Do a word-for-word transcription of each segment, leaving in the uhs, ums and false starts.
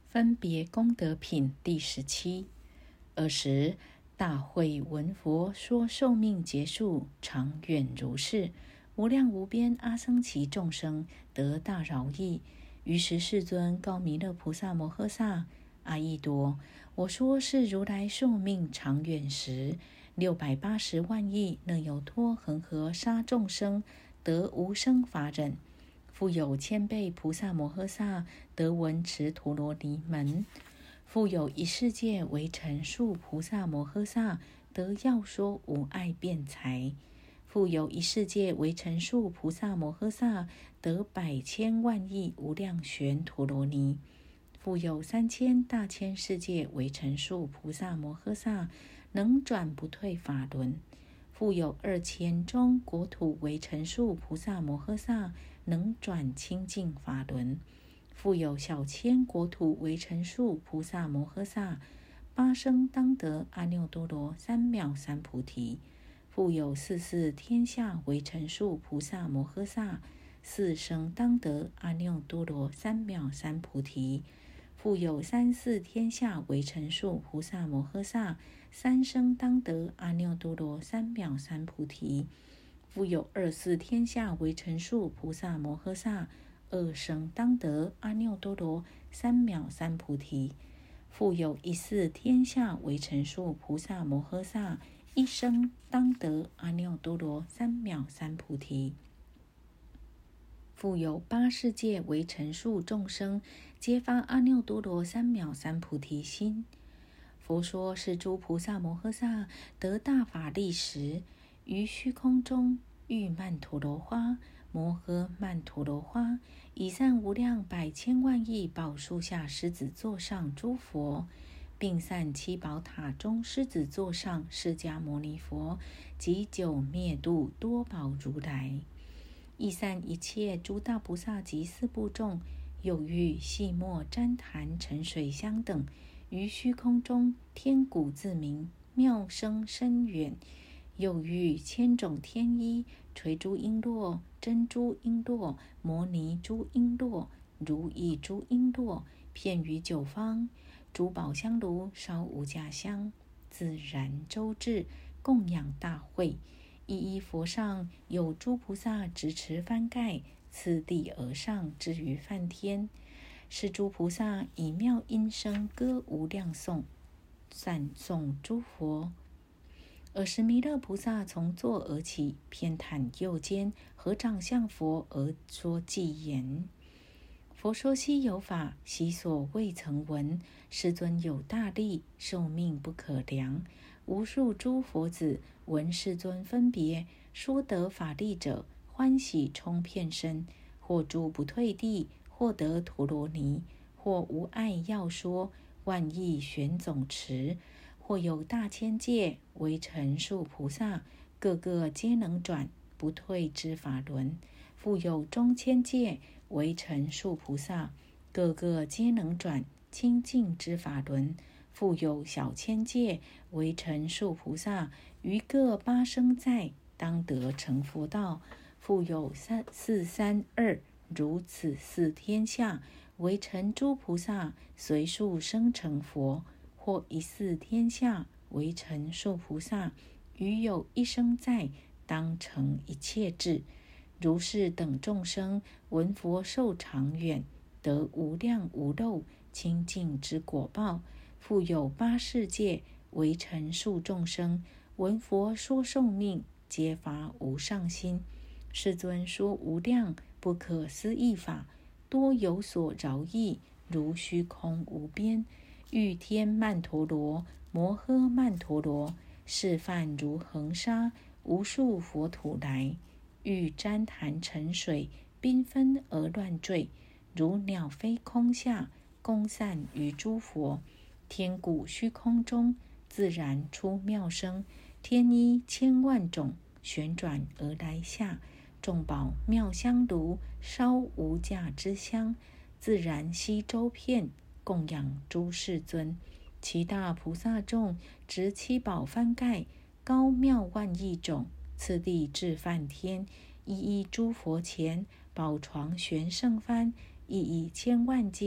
分别功德品第十七。尔时，大会闻佛说寿命结束，长远如是，无量无边阿僧祇众生得大饶益。于是世尊告弥勒菩萨摩诃萨：阿逸多，我说是如来寿命长远时，六百八十万亿那由他恒河沙众生得无生法忍。复有千倍菩萨摩诃萨得闻持陀罗尼门，复有一世界为陈数菩萨摩诃萨得要说无碍辩才，复有一世界为陈数菩萨摩诃萨得百千万亿无量旋陀罗尼，复有三千大千世界为陈数菩萨摩诃萨能转不退法轮，复有二千中国土为陈数菩萨摩诃萨能转清净法轮，复有小千国土为陈数菩萨摩诃萨八生当得阿耨多罗三藐三菩提，复有四四天下为陈数菩萨摩诃萨四生当得阿耨多罗三藐三菩提，复有三四天下为陈数菩萨摩诃萨三生当得阿耨多罗三藐三菩提，复有二四天下为陈数菩萨摩诃萨二生当得阿耨多罗三藐三菩提，复有一四天下为陈数菩萨摩诃萨一生当得阿耨多罗三藐三菩提，复有八世界为陈数众生皆发阿耨多罗三藐三菩提心。佛说是诸菩萨摩诃萨得大法力时，于虚空中玉曼陀罗花、摩诃曼陀罗花，以散无量百千万亿宝树下狮子座上诸佛，并散七宝塔中狮子座上释迦牟尼佛及九灭度多宝如来，亦散一切诸大菩萨及四部众，又欲细末旃檀沉水香等，于虚空中天鼓自鸣，妙声深远，又欲千种天衣，垂珠璎珞、珍珠璎珞、摩尼珠璎珞、如意珠璎珞，遍于九方，珠宝香炉烧无价香，自然周至，供养大会。一一佛上有诸菩萨执持幡盖，次第而上，至于梵天。是诸菩萨以妙音声歌无量颂，赞颂诸佛。尔时弥勒菩萨从座而起，偏袒右肩，合掌向佛而说偈言：佛说稀有法，昔所未曾闻。世尊有大力，寿命不可量。无数诸佛子闻世尊分别说得法力者，欢喜充遍身，或住不退地，或得陀罗尼，或无碍要说，万亿旋总持，或有大千界为陈数菩萨，个个皆能转不退之法轮，复有中千界为陈数菩萨，个个皆能转清净之法轮，复有小千界为陈数菩萨，于各八生在当得成佛道，复有三四三二如此四天下为陈诸菩萨，随数生成佛，或一四天下为陈数菩萨，于有一生在当成一切智。如是等众生闻佛寿长远，得无量无漏清净之果报，复有八世界为陈数众生闻佛说寿命，皆发无上心。世尊说无量不可思议法，多有所饶益，如虚空无边。欲天曼陀罗、摩诃曼陀罗，示范如恒沙，无数佛土来。欲旃檀沉水，缤纷而乱坠，如鸟飞空下，供散于诸佛。天鼓虚空中，自然出妙声，天衣千万种，旋转而来下。众宝妙香炉，烧无价之香，自然悉周遍，供养诸世尊。其大菩萨众执七宝幡盖，高妙万亿种，次第至梵天，一一诸佛前，宝床悬胜幡，亦以千万计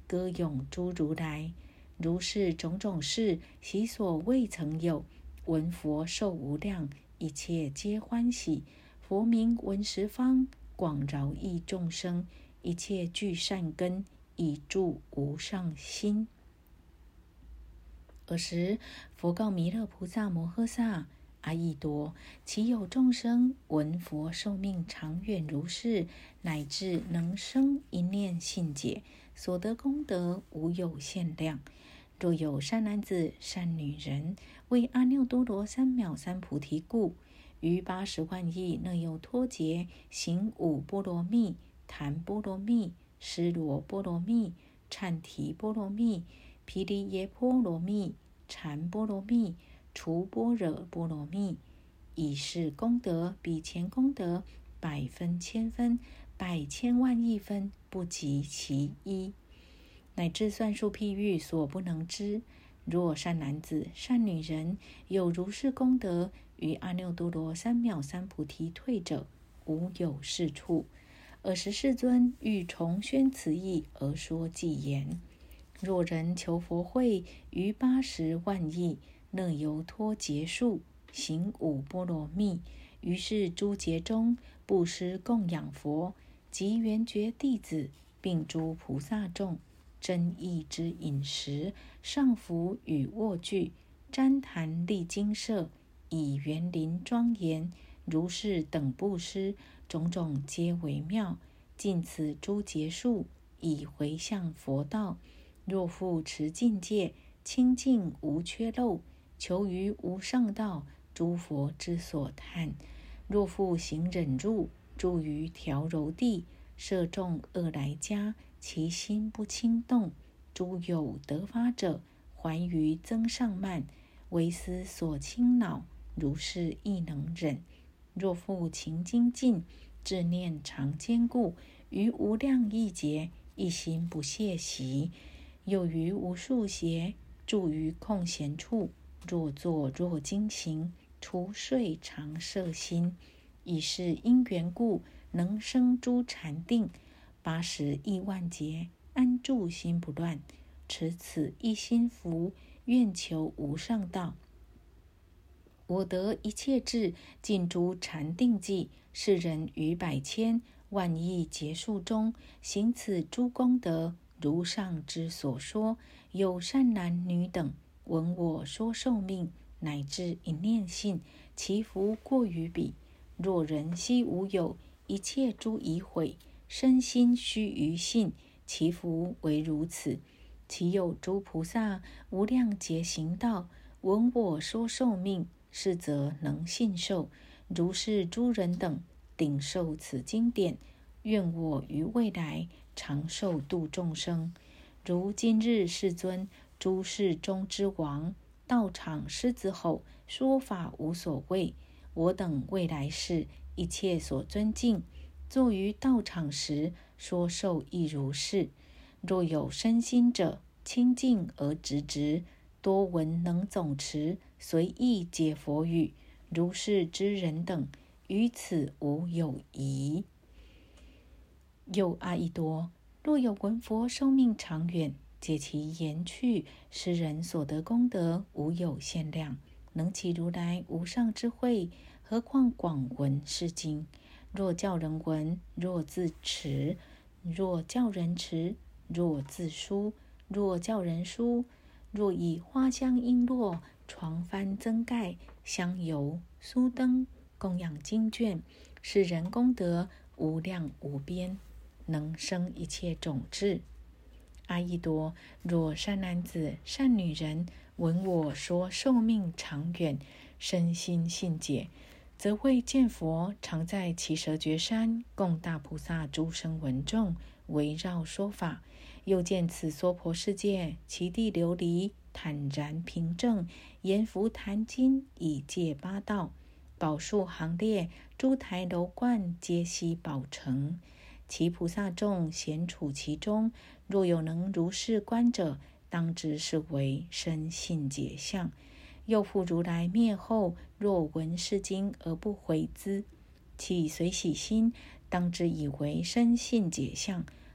歌咏诸如来。如是种种事，昔所未曾有。闻佛寿无量，一切皆欢喜。佛名闻十方，广饶益众生。一切具善根，以助无上心。尔时，佛告弥勒菩萨摩诃萨：阿逸多，其有众生闻佛寿命长远如是，乃至能生一念信解，所得功德无有限量。若有善男子、善女人，为阿耨多罗三藐三菩提故，于八十万亿那由脱节，行五波罗蜜、檀波罗蜜、尸罗波罗蜜、忏提波罗蜜、毗梨耶波罗蜜、禅波罗蜜、除般若波罗蜜，以是功德比前功德百分千分、百千万亿分，不及其一。乃至算数譬喻所不能知。若善男子、善女人有如是功德，于阿耨多罗三藐三菩提退者，无有是处。尔时世尊欲重宣此义而说偈言：若人求佛慧，于八十万亿那由脱劫数，行五波罗蜜，于是诸劫中布施供养佛及缘觉弟子，并诸菩萨众，珍异之饮食、上服与卧具、旃檀立精舍，以园林庄严，如是等布施，种种皆为妙。尽此诸劫数，以回向佛道。若复持境界，清净无缺漏，求于无上道，诸佛之所叹。若复行忍辱，住于调柔地，摄众恶来家，其心不轻动。诸有得法者，还于增上慢，为思所轻恼，如是亦能忍。若复勤精进，志念常坚固，于无量亿劫，一心不懈息。又于无数劫，住于空闲处，若坐若经行，除睡常摄心。以是因缘故，能生诸禅定。八十亿万劫，安住心不乱，持此一心福，愿求无上道。我得一切智，尽诸禅定际，世人于百千万亿劫数中，行此诸功德，如上之所说。有善男女等，闻我说寿命，乃至一念信，其福过于彼。若人悉无有，一切诸疑毁，身心须臾信，其福为如此。其有诸菩萨无量劫行道，闻我说寿命，是则能信受。如是诸人等，顶受此经典，愿我于未来长寿度众生。如今日世尊，诸世中之王，道场狮子吼，说法无所谓。我等未来世，一切所尊敬，坐于道场时，说寿亦如是。若有身心者，清净而直直，多闻能总持，随意解佛语。如是之人等，于此无有疑。又阿逸多，若有闻佛寿命长远，解其言趣，世人所得功德无有限量，能起如来无上智慧，何况广闻是经？若教人闻，若自持；若教人持，若自书；若教人书，若以花香璎珞、床幡增盖、香油、酥灯供养经卷，世人功德无量无边，能生一切种智。阿逸多，若善男子、善女人闻我说寿命长远，身心信解，则会见佛常在其舍绝山，供大菩萨诸声闻众围绕说法。又见此娑婆世界，其地琉璃坦然平正，阎浮檀金以戒八道，宝树行列，诸台楼观皆悉宝成。其菩萨众闲处其中，若有能如是观者，当知是为深信解相。又复如来灭后，若闻是经而不回资，其随喜心，当知以为深信解相。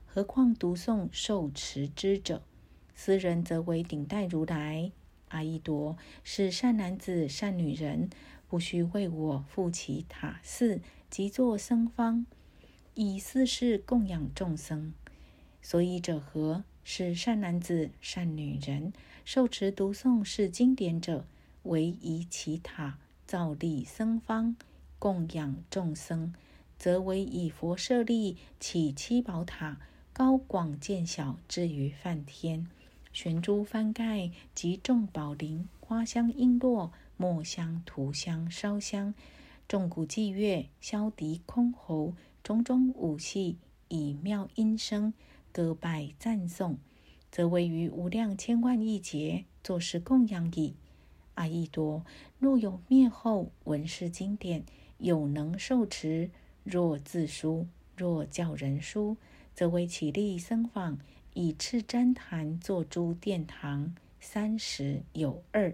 何况读诵受持之者？斯人则为顶戴如来。阿逸多，是善男子善女人，不须为我复其塔寺，即作僧坊，以四事供养众生。所以者何？是善男子善女人，受持读诵是经典者，唯以其塔造立僧坊，供养众生，则为以佛舍利起七宝塔，高广见小，至于梵天，悬诸幡盖及众宝铃，花香璎珞，墨香涂香烧香，众鼓伎乐，箫笛箜篌，种种舞戏，以妙音声歌拜赞颂，则为于无量千万亿劫作是供养矣。阿逸多，若有灭后闻是经典，有能受持，若自书，若教人书，则为起立僧坊，以赤旃檀作诸殿堂，三十有二。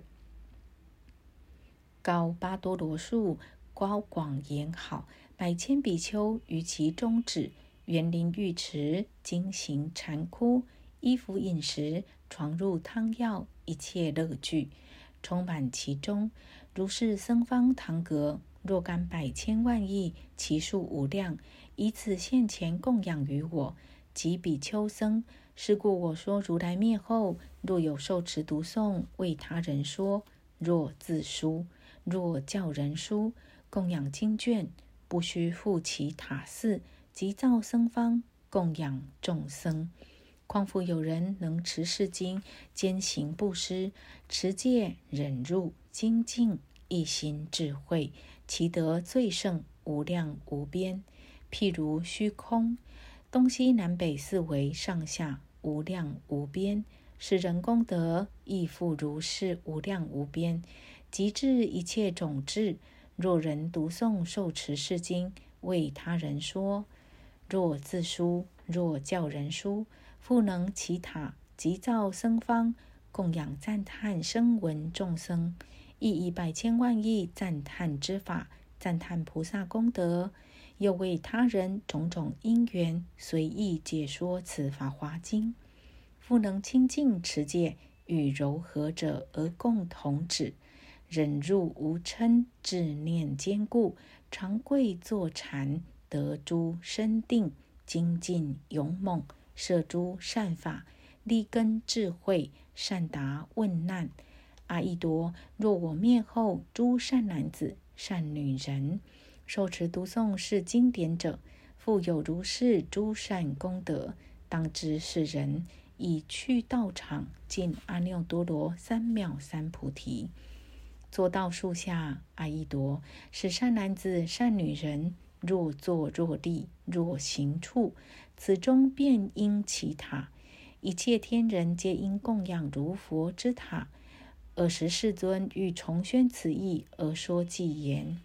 高八多罗树，高广严好，百千比丘于其中止，园林浴池，经行禅窟，衣服饮食，床褥汤药，一切乐具充满其中。如是僧坊堂阁，若干百千万亿，其数无量，以此现前供养于我及比丘僧。是故我说如来灭后，若有受持读诵，为他人说，若自书，若教人书，供养经卷，不须复其塔寺，即造僧坊，供养众生。况复有人能持是经，兼行布施、持戒、忍辱、精进，一心智慧，其德最胜，无量无边。譬如虚空，东西南北四维上下，无量无边。是人功德亦复如是，无量无边。即至一切种智，若人读诵受持是经，为他人说，若自书，若教人书，复能起塔，即造僧坊，供养赞叹声闻众生，亦以百千万亿赞叹之法，赞叹菩萨功德，又为他人种种因缘，随意解说此法华经。复能清净持戒，与柔和者而共同止，忍辱无嗔，智念坚固，常跪坐禅，得诸深定，精进勇猛，摄诸善法，立根智慧，善答问难。阿逸多，若我灭后，诸善男子善女人，受持读诵是经典者，复有如是诸善功德，当知是人已去道场，进阿耨多罗三藐三菩提。坐到树下，阿逸多，是善男子善女人，若坐若立，若行处，此中便应其塔，一切天人皆应供养如佛之塔。尔时世尊欲重宣此义，而说偈言：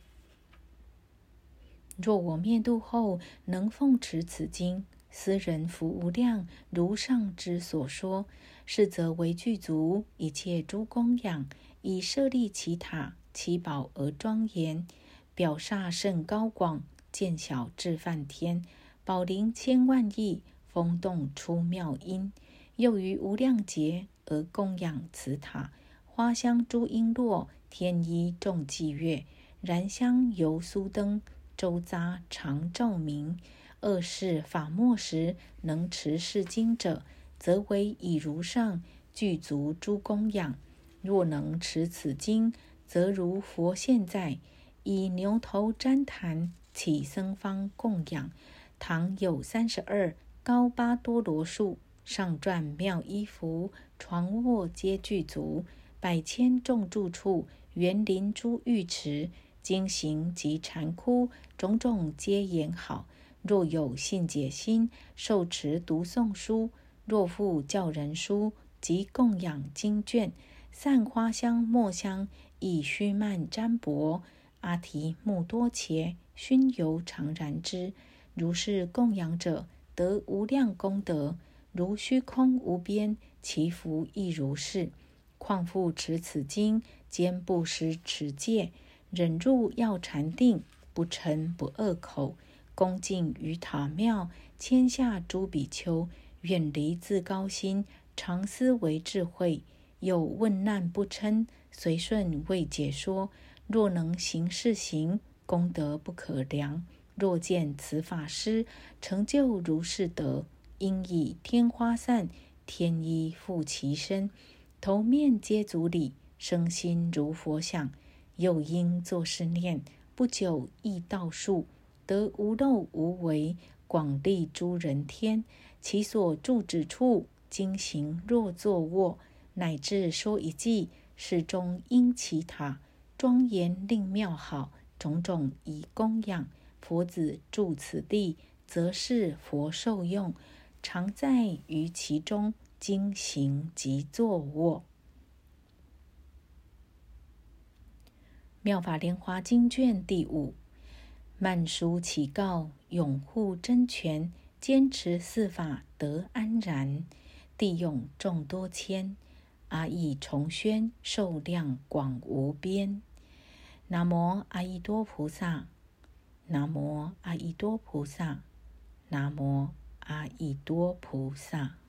若我灭度后，能奉持此经，斯人福无量，如上之所说。是则为具足一切诸供养，以舍利其塔，其宝而庄严，表刹甚高广，见小至梵天，宝铃千万亿，风动出妙音。又于无量劫而供养此塔，花香诸璎珞，天衣众伎乐，燃香油酥灯，周匝常照明。二是法末时，能持是经者，则为以如上具足诸供养。若能持此经，则如佛现在，以牛头旃檀起僧坊供养。堂有三十二，高八多罗树，上篆妙衣服，床卧皆具足，百千众住处，园林诸浴池，经行及禅窟，种种皆严好。若有信解心，受持读诵书，若复教人书，即供养经卷，散花香墨香，以须曼占卜，阿提木多伽，熏油常燃之。如是供养者，得无量功德，如虚空无边，其福亦如是。况复持此经，兼布施持戒，忍辱要禅定，不嗔不恶口， 恭敬于塔庙，迁下诸比丘，远离自高心，常思为智慧。又问难不嗔，随顺为解说。若能行是行，功德不可量。若见此法师，成就如是德，应以天花散，天衣覆其身，头面皆足礼，生心如佛想。又应作是念，不久亦道树，得无漏无为，广利诸人天。其所住之处，经行若坐卧，乃至说一偈，是中因其塔，庄严令妙好，种种以供养。佛子住此地，则是佛受用，常在于其中，经行及坐卧。妙法莲华经卷第五。曼殊祈告，拥护真权，坚持四法得安然。地用众多千，阿逸重宣，寿量广无边。南无阿逸多菩萨，南无阿逸多菩萨，南无阿逸多菩萨。